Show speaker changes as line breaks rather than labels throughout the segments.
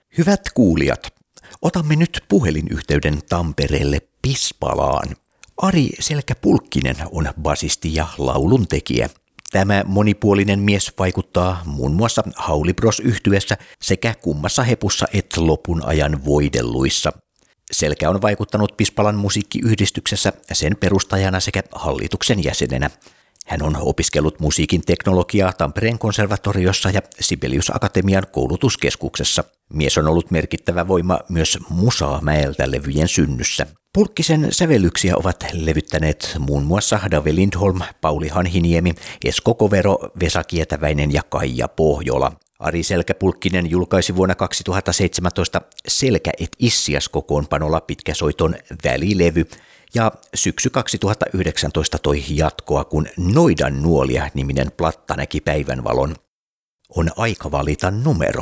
Hyvät kuulijat, otamme nyt puhelinyhteyden Tampereelle Pispalaan. Ari Selkä-Pulkkinen on basisti ja lauluntekijä. Tämä monipuolinen mies vaikuttaa muun muassa Hauli Bros-yhtyessä sekä Kummassa hepussa et lopun ajan voidelluissa. Selkä on vaikuttanut Pispalan musiikkiyhdistyksessä sen perustajana sekä hallituksen jäsenenä. Hän on opiskellut musiikin teknologiaa Tampereen konservatoriossa ja Sibelius Akatemian koulutuskeskuksessa. Mies on ollut merkittävä voima myös Musaa-mäeltä levyjen synnyssä. Pulkkisen sävellyksiä ovat levyttäneet muun muassa Dave Lindholm, Pauli Hanhiniemi, Esko Kovero, Vesa Kietäväinen ja Kaija Pohjola. Ari Selkä-Pulkkinen julkaisi vuonna 2017 Selkä et issias -kokoonpanolla pitkäsoiton Välilevy ja syksy 2019 toi jatkoa, kun Noidan nuolia -niminen platta näki päivänvalon. On aika valita numero.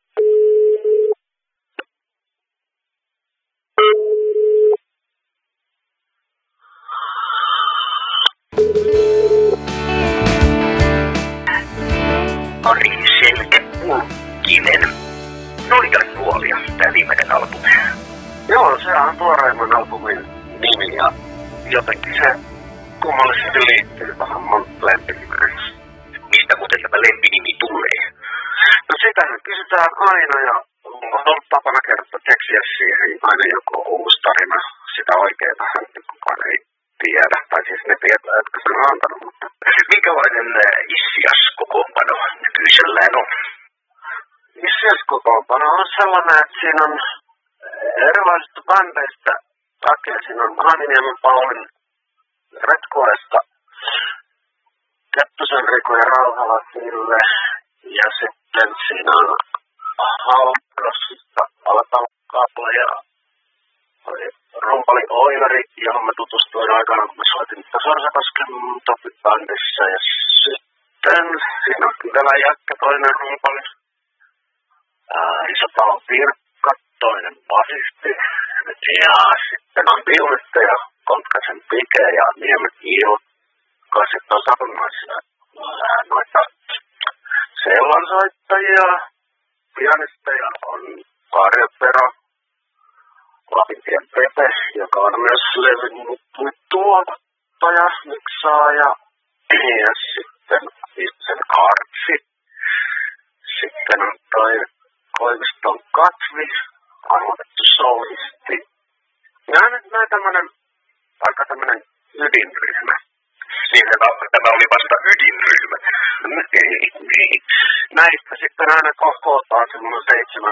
Ari Selkä-Pulkkinen. Noidan nuolia, tämä viimeinen albumi.
Joo, se on tuoreimman albumin nimi ja jotenkin se kummallisesti liittyy vähän mun lempinimeen.
Mistä muuten tämä lempinimi tulee?
No sitähän kysytään aina ja on ollut tapana kertoa keksiä siihen aina joku uusi tarina. Sitä oikeetahan kukaan ei tiedä, tai siis ne tietää, jotka sen on antanut. Mutta
minkälainen issias-kokoonpano nykyisellään on?
Issias-kokoonpano on sellainen, että siinä on erilaisista bändeistä väkeä. Siinä on Hanhiniemen Paulin Retkuesta, Kettusen Riku ja Rauhala Ville. Ja sitten siinä on Halkrosista Alpalkaapla ja Rumpali Oinari, johon mä tutustuin aikana, kun mä soitin Sorsakosken Topi-bändissä. Ja sitten siinä on Kylälä Jäkkä, toinen rumpali. Isotalo Pirkka, toinen basisti. Ja sitten on viulittaja Kontkasen Pike ja Niemet Ilkka. Sitten on satunnaisia noita sellonsoittajia. Pianisteja on Karjo Pero, Lapintien Pepe, joka on myös levyn tuottaja, miksaaja. Ja sitten Viitsen Artsi. Sitten on toi Koiviston Katvi, aloitettu soulisti. Nämä nyt näin tämmönen ydinryhmä.
Niin, tämä oli vasta ydinryhmä.
Niin. Näistä sitten aina kootaan semmoinen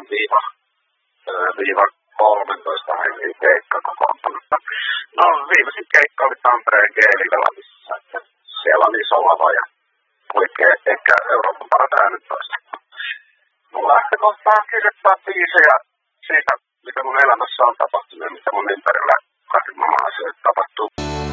7-13 hengen keikka kokoonpanosta. No viimeisin keikka oli Tampereen Geelivelamissa. Siellä on iso lava ja oikein ehkä Euroopan paras äänentoista. Mun lähtökohta on kirjoittaa biisejä siitä, mitä mun elämässä on tapahtunut ja mitä mun ympärillä kaikki maailman asioita tapahtuu.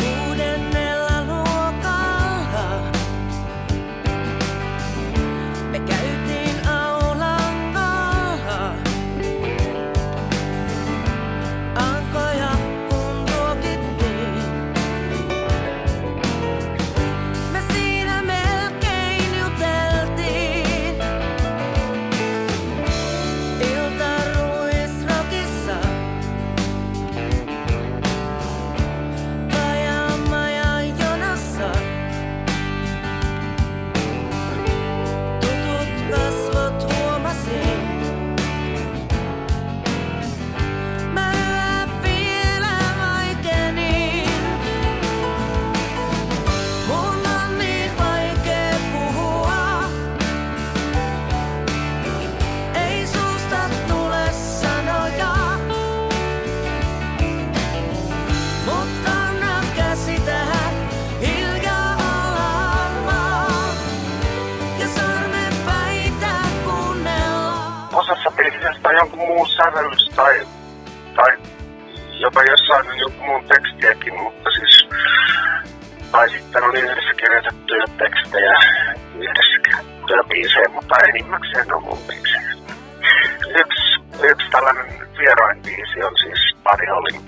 Osassa biisisestä on jonkun muun sävellys tai jopa jossain on joku muun tekstiäkin, mutta siis tai sitten on yhdessä kirjoitettuja tekstejä, yhdessä kirjoitettuja biisejä, mutta enimmäkseen on mun biisejä. Yksi tällainen vierain biisi on siis Buddy Hollyn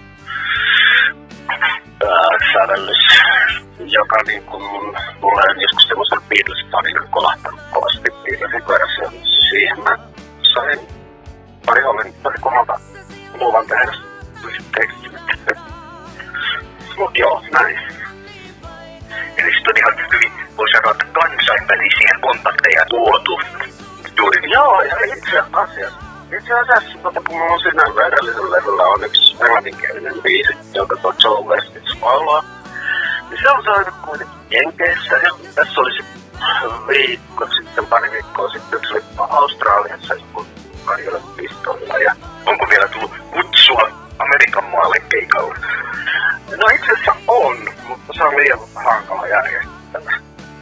sävellys, joka niin kuin mulle on joskus semmoisen Beatles-tarinan kolahtanut kovasti Beatlesin version. Siihen mä sain pari komalta luvan tehdä tekstit. Mut joo, näin.
Eli sitten on ihan hyvin, voi sanoa, että kansainvälisiä kontakteja tuotu.
Joo, ja itse asiassa, kun mulla on siinä edellisellä levyllä on yksi englanninkielinen biisi, jonka tuo Joe West laulaa, niin se on saanut kuitenkin Jenkeissä, ja tässä oli pari viikkoa sitten, se oli Australiassa, kun Karjola pistolla, ja
onko vielä tullut kutsua Amerikan maalle keikalle?
no itse asiassa on, mutta se on liian hankala järjestää.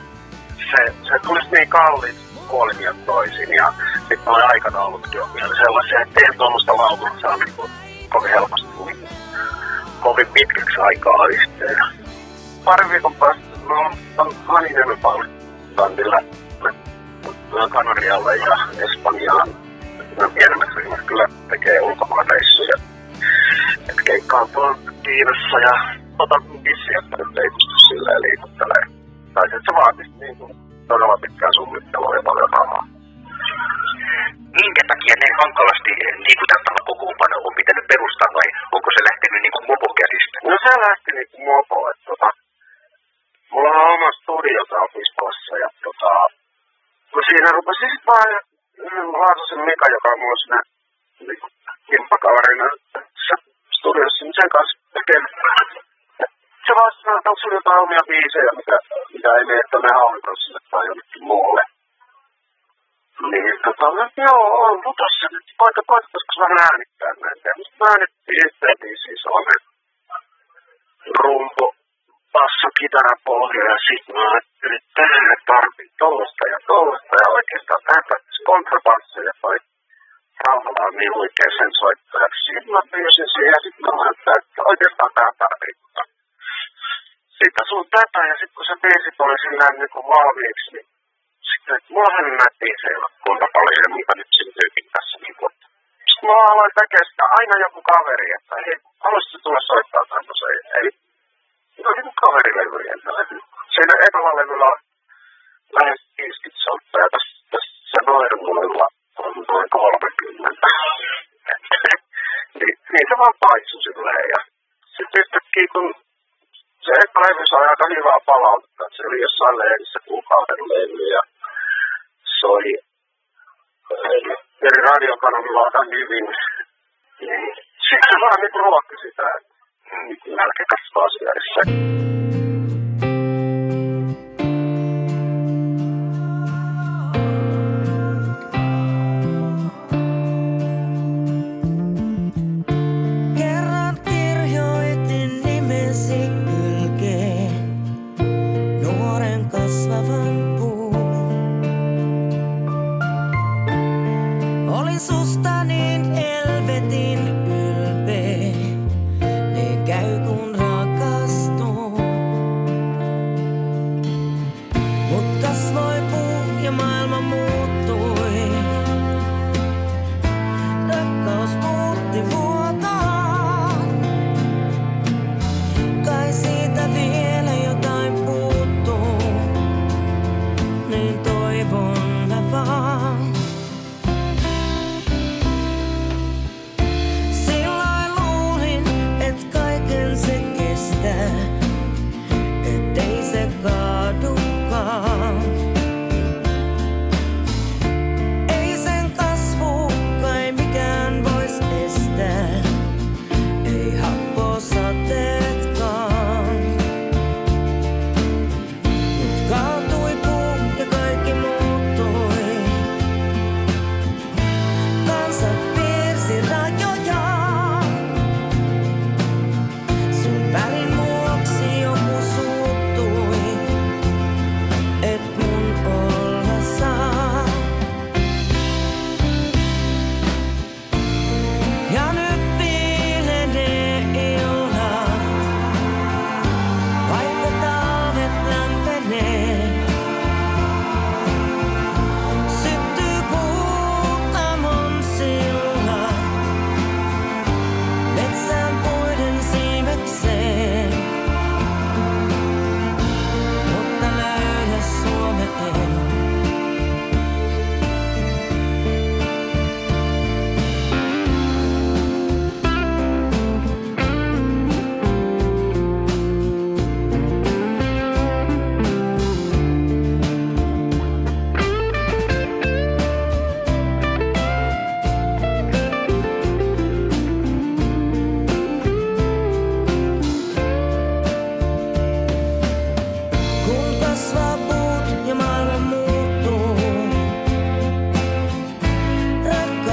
Se tulisi niin kalliiksi kuolimia toisin, ja sitten nuo aikataulutkin on vielä sellaisia, että ei tuommoista laulua saa niin kovin helposti kovin pitkäksi aikaa yhteen. Pari viikon päästä on Haninen Pauli-kantilla Kanarialle ja Espanjaan. Pienemmät ryhmät kyllä tekee ulkomaanreissuja. Et keikka on tuolla Kiinassa ja vissiin, että nyt ei pysty silleen liikuttelemaan. Tai sitten se vaatisi niin kuin todella pitkään suunnittelua ja paljon rahaa.
Minkä takia ne hankalasti liikutettava kokoonpano on pitänyt perustaa vai onko se lähtenyt niin kuin mopon käsistä?
No se lähti niin kuin mopo, että mulla on oma studio Pispalassa ja no siinä rupesi sit vaan Laatusen Mika, joka on mulla siinä niin kimppakaverina tässä studiossa, niin sen kanssa tekee. Se vaan sanoo, että onko sulla jotain omia biisejä, mitä ei mene tuonne Aurinkoisille tai jonnekin muulle. Niin, joo, on tossa nyt. Koittaisiko vähän äänittää näitä. Mutta mä äänittiin yhteen biisiin Suomeen. Rumpu, basso, kitara, pohja ja sit mä ajattelin, että tähän tarvii tollasta. Ja oikeastaan tähän tarvitsisi kontrabasseja tai rauhalla on niin oikein sen soittajaksi. Sitten mä pyysin siihen ja sit mä ajattelin, että oikeastaan tähän tarvii. Sitten sun tätä ja sit kun se biisi tuli silleen niin kuin valmiiksi, niin sitten, että mullahan näitä biisejä kuinka paljon ja mitä nyt syntyykin tässä niin kuin. Sitten mä aloin tekee sitä aina joku kaveri, että hei, haluaisitko tulla soittaa tämmöisen? Eli no niin kaverilevyjä. Siinä ekalla levyllä on lähes 50 soittajaa, tässä Noirmuilla on noin 30. niin se vaan paisui silleen ja sitten yhtäkkiä kun se eka levy sai aika hyvää palautetta, että se oli jossain lehdissä kuukauden levy ja soi eri radiokanavilla aika hyvin. Sitten se vaan niin ruokki sitä, että nälkä kasvaa syödessä.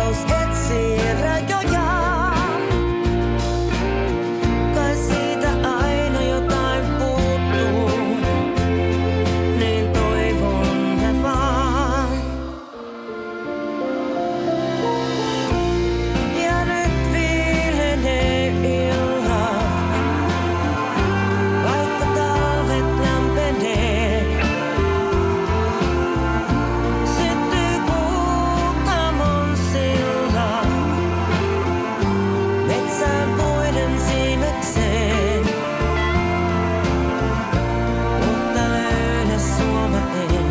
vapaus etsii rajojaan. Kai siitä aina jotain puuttuu, niin toivon ne vaan. Ja nyt viilenee ilta, vaikka talvet lämpenee. Syttyy Kuutamon silla, metsään puiden siimekseen. Mutta löydä sua mä en.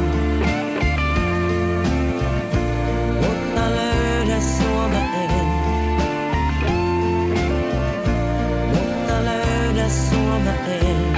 Mutta löydä sua mä en. Mutta löydä sua mä en.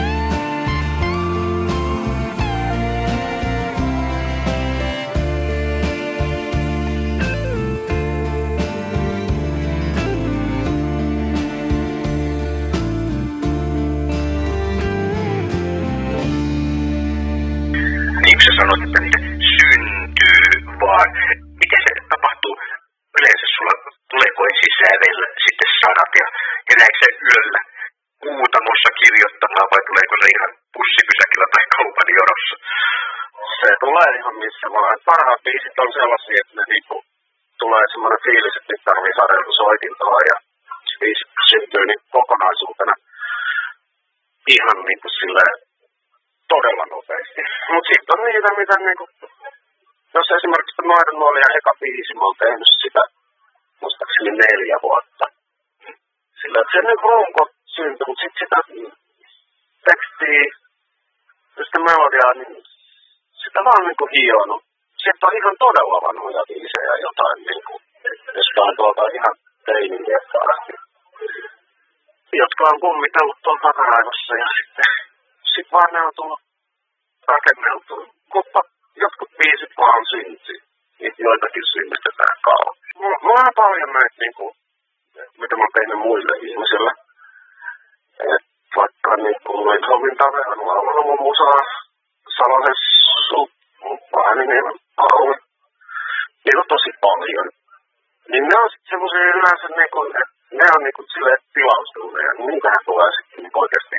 Niin kuin sä sanoit, että niitä syntyy vaan. Miten se tapahtuu? Yleensä sulla tuleeko ensin sävel, sitten sanat ja näetkö se yöllä Kuutamossa kirjoittamaan vai tuleeko se ihan bussipysäkillä tai kaupan jonossa?
Se tulee ihan missä vaan. Parhaat biisit on sellaisia, että ne niinku tulee semmoinen fiilis, että nyt tarvii saada joku soitintoa ja se biisi syntyy niin kokonaisuutena ihan niinku silleen todella nopeasti. Mut sit on niitä, mitä niinku, jos esimerkiksi Noidennuolien eka biisi, mä oon tehnyt sitä muistaakseni 4 vuotta. Sillä että se niinku runko syntyy, mut sit sitä tekstiä ja sitä melodiaa, niin sitä vaan niinku hionut. Sitten on ihan todella vanhoja biisejä jotain niinku, jostain tuolta ihan teiniviekka asti, jotka on kummitellut tuolla takaraivossa ja sitten vaan ne on tullut rakenneltu. Mutta jotkut biisit vaan syntyy, niitä joitakin synnytetään kauan. Mulla on paljon näitä niinku, mitä mä oon tehnyt muille ihmisille. Et vaikka niinku Luithovin Taverna on ollut mun musaa Salosen Suppaaninen Pauli. Niitä on tosi paljon. Niin ne on sitten semmosia yleensä niinku, että ne on niinku silleen tilaustuneja, ja niitähän tulee sitten niinku oikeesti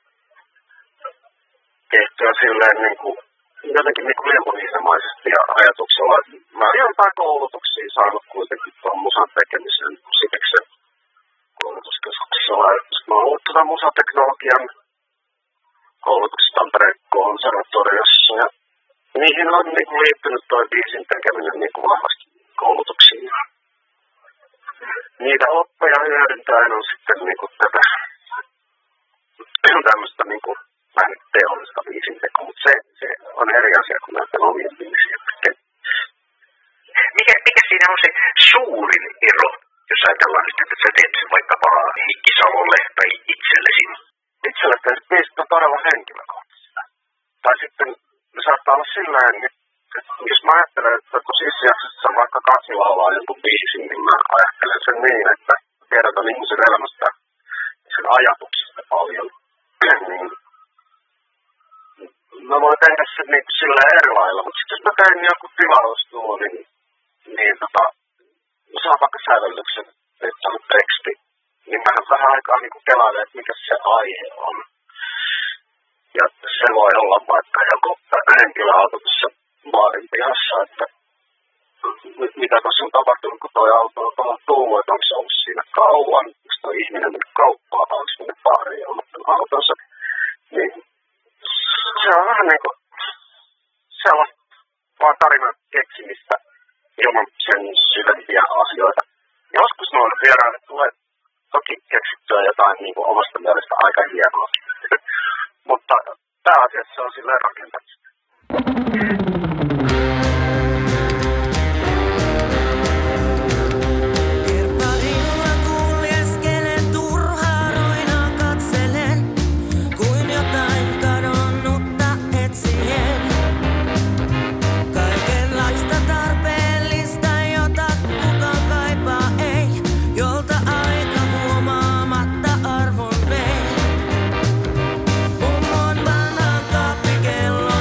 tehtyä silleen niinku jotenkin niinku lemoniisemaisesti ja ajatuksella. Mä olen jotain koulutuksia saanut kuitenkin tuon musan tekemisen Siteksen koulutuskeskuksella. Mä oon ollut musateknologian koulutuksessa Tampereen konservatoriossa ja niihin on niinku liittynyt toi biisin tekeminen niinku vahvasti koulutuksiin. Niitä oppeja hyödyntäen on sitten niinku tätä tämmöstä niinku vähän teollista biisintekoa, mutta se on eri asia kuin näiden omien biisien tekeminen.
Mikä siinä on se suurin ero, jos ajatellaan nyt, että sä teet vaikkapa Mikki Salolle tai itsellesi?
Itselle tehdyt biisit on todella henkilökohtaisia. Tai sitten ne saattaa olla silleen, että jos mä ajattelen, että tosi jaksossa vaikka Katsi laulaa jonkun biisin, niin mä ajattelen sen niin, että tiedetään ihmisen elämästä sen ajatuksista paljon. Niin mä voin tehdä sen niin sillä eri lailla, mutta sitten jos mä teen joku tilaustuo, niin mä saan vaikka sävellyksen, että on teksti, niin mähän vähän aikaa niin kelailen, että mikä se aihe on. Ja se voi olla vaikka joku henkilöauto tuossa baarin pihassa, että mitä tuossa on tapahtunut, kun toi auto on tuolla tullut, että onko se ollut siinä kauan, onko toi ihminen mennyt kauppaan, vai onko mennyt baariin ilmoittanut autonsa. Niin se on vähän niin kuin sellaista vaan tarinan keksimistä ilman sen syvempiä asioita. Joskus noille vieraille tulee toki keksittyä jotain niin kuin omasta mielestä aika hienoa. Mutta pääasiassa se on silleen rakentamista.
Mummon vanhan kaappikello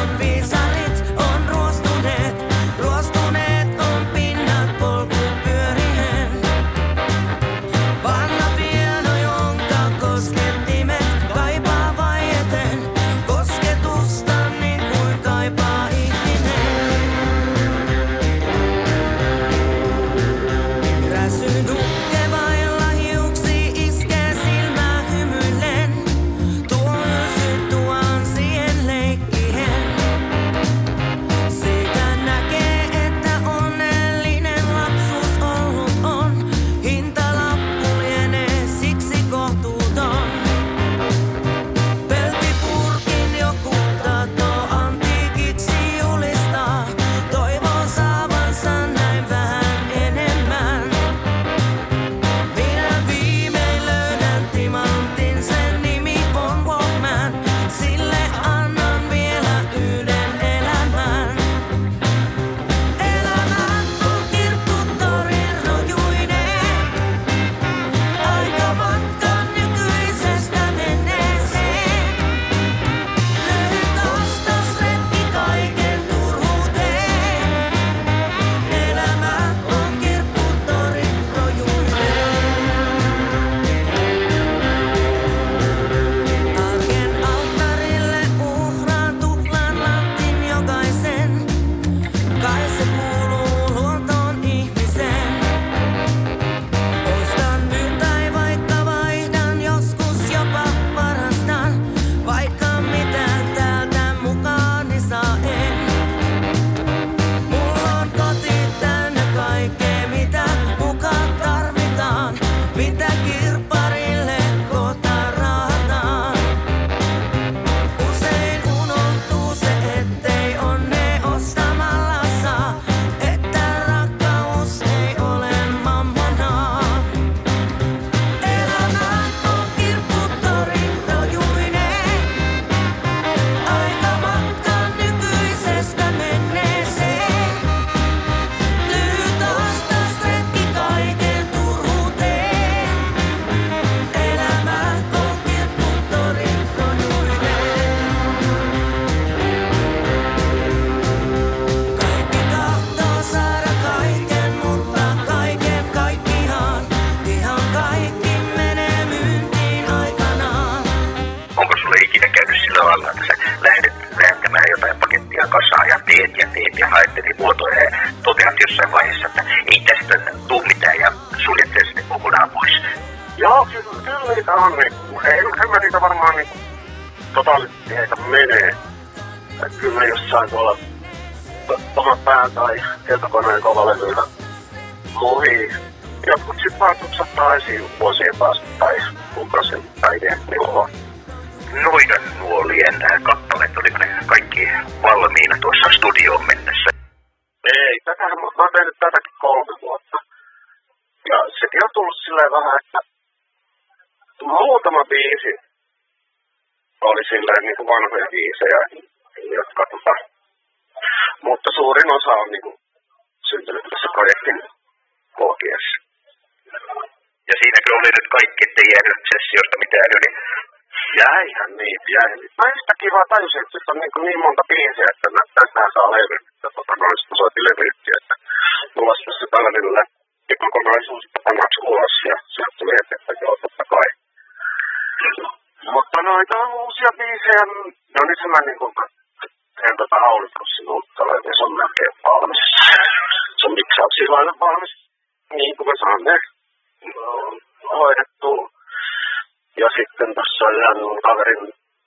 Joo, kyllä niitä on. Niin, en mä niitä varmaan niin totaalisesti heitä menee. Et kyllä jossain tuolla oman pään tai tietokoneen kovalevyillä muhii. Jotkut sit vaan tutsattaa esiin vuosien päästä tai kuukausin päivien milloin.
Noidan nuolien kappaleet oli kaikki valmiina tuossa studioon mennessä.
Ei, mä oon tehnyt tätäkin 3 vuotta. Ja sekin on tullut silleen vähän, että muutama biisi oli silleen niin kuin vanhoja biisejä, jotka mutta suurin osa on niin kuin syntynyt tässä projektin kokiessa.
Ja siinäkö oli nyt kaikki, ettei jäänyt sessiosta mitään yli?
Jäihän niin, jäi. Mä yhtäkkiä vaan tajusin, että nyt on niin monta biisiä, että tästä saa levy. Noista soitin levyyhtiö, että mulla olisi tässä tällainen kokonaisuus, että pannaanko ulos ja sieltä tuli että joo, totta kai. Mutta noita uusia biisejä, no nyt mä niinku teen Haulipussin uutta levy, se on melkein valmis. Se on miksauksia aina valmis, niin kuin mä saan ne hoidettua. Ja sitten tossa on ihan mun kaverin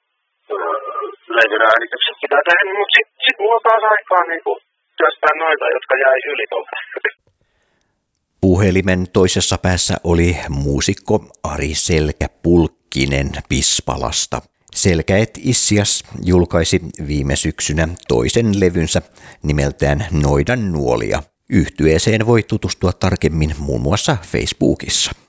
levyn äänitykset pitää tehdä, mutta sit mulla on taas aikaa niinku työstää noita, jotka jäi yli tuolta.
Puhelimen toisessa päässä oli muusikko Ari Selkä-Pulkkinen Pispalasta. Selkä et Issias julkaisi viime syksynä toisen levynsä nimeltään Noidan nuolia. Yhtyeeseen voi tutustua tarkemmin muun muassa Facebookissa.